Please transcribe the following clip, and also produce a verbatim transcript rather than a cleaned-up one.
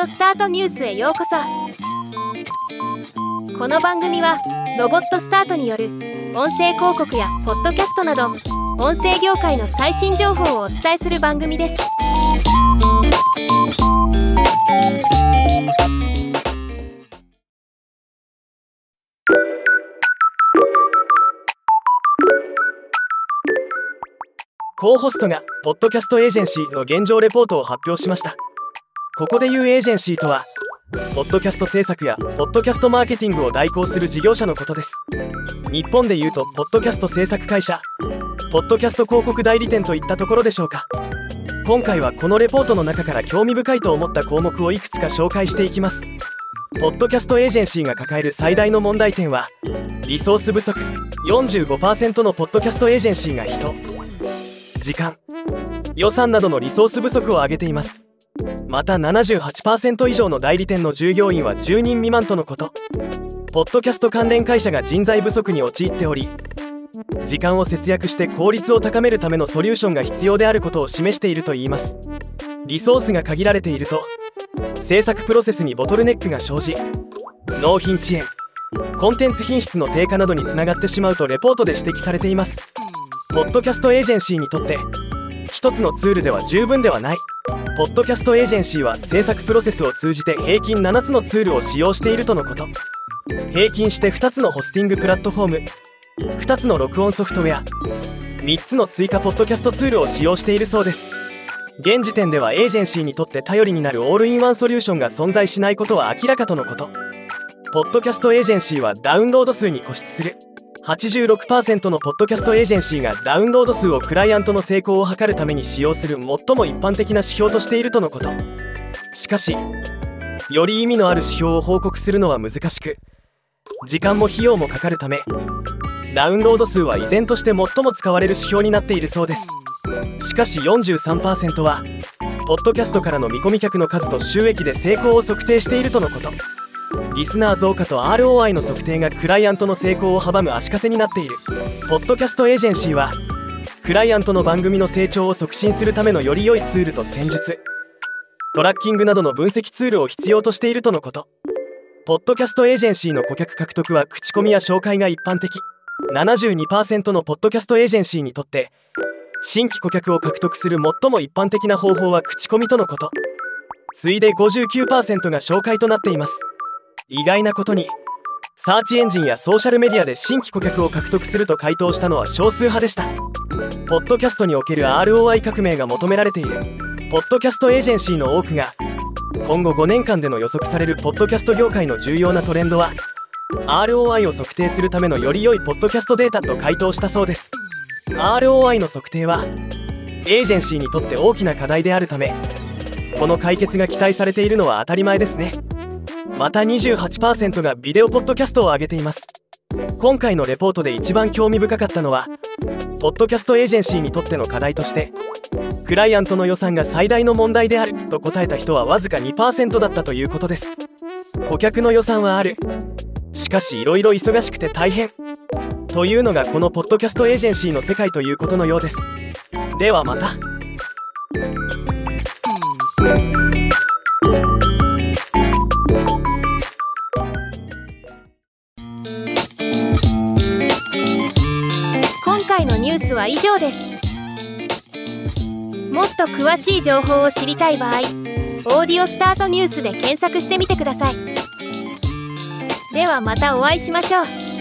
オスタートニュースへようこそ。この番組はロボットスタートによる音声広告やポッドキャストなど音声業界の最新情報をお伝えする番組です。 コーホストがポッドキャストエージェンシーの現状レポートを発表しました。ここでいうエージェンシーとは、ポッドキャスト制作やポッドキャストマーケティングを代行する事業者のことです。日本でいうとポッドキャスト制作会社、ポッドキャスト広告代理店といったところでしょうか。今回はこのレポートの中から興味深いと思った項目をいくつか紹介していきます。ポッドキャストエージェンシーが抱える最大の問題点はリソース不足。 よんじゅうごパーセント のポッドキャストエージェンシーが人、時間、予算などのリソース不足を挙げています。また ななじゅうはちパーセント 以上の代理店の従業員はじゅうにん未満とのこと。ポッドキャスト関連会社が人材不足に陥っており、時間を節約して効率を高めるためのソリューションが必要であることを示しているといいます。リソースが限られていると制作プロセスにボトルネックが生じ、納品遅延、コンテンツ品質の低下などにつながってしまうとレポートで指摘されています。ポッドキャストエージェンシーにとって一つのツールでは十分ではない。ポッドキャストエージェンシーは制作プロセスを通じて平均ななつのツールを使用しているとのこと。平均してふたつのホスティングプラットフォーム、ふたつの録音ソフトウェア、みっつの追加ポッドキャストツールを使用しているそうです。現時点ではエージェンシーにとって頼りになるオールインワンソリューションが存在しないことは明らかとのこと。ポッドキャストエージェンシーはダウンロード数に固執する。はちじゅうろくパーセント のポッドキャストエージェンシーがダウンロード数をクライアントの成功を図るために使用する最も一般的な指標としているとのこと。しかし、より意味のある指標を報告するのは難しく、時間も費用もかかるため、ダウンロード数は依然として最も使われる指標になっているそうです。しかし よんじゅうさんパーセント はポッドキャストからの見込み客の数と収益で成功を測定しているとのこと。リスナー増加と アールオーアイ の測定がクライアントの成功を阻む足かせになっている。ポッドキャストエージェンシーはクライアントの番組の成長を促進するためのより良いツールと戦術、トラッキングなどの分析ツールを必要としているとのこと。ポッドキャストエージェンシーの顧客獲得は口コミや紹介が一般的。 ななじゅうにパーセント のポッドキャストエージェンシーにとって新規顧客を獲得する最も一般的な方法は口コミとのこと。次いで ごじゅうきゅうパーセント が紹介となっています。意外なことにサーチエンジンやソーシャルメディアで新規顧客を獲得すると回答したのは少数派でした。ポッドキャストにおける アールオーアイ 革命が求められている。ポッドキャストエージェンシーの多くが今後ごねんかんでの予測されるポッドキャスト業界の重要なトレンドは アールオーアイ を測定するためのより良いポッドキャストデータと回答したそうです。 アールオーアイ の測定はエージェンシーにとって大きな課題であるため、この解決が期待されているのは当たり前ですね。また にじゅうはちパーセント がビデオポッドキャストを上げています。今回のレポートで一番興味深かったのは、ポッドキャストエージェンシーにとっての課題としてクライアントの予算が最大の問題であると答えた人はわずか にパーセント だったということです。顧客の予算はある、しかしいろいろ忙しくて大変というのがこのポッドキャストエージェンシーの世界ということのようです。ではまた。 今回のニュースは以上です。もっと詳しい情報を知りたい場合、オーディオスタートニュースで検索してみてください。ではまたお会いしましょう。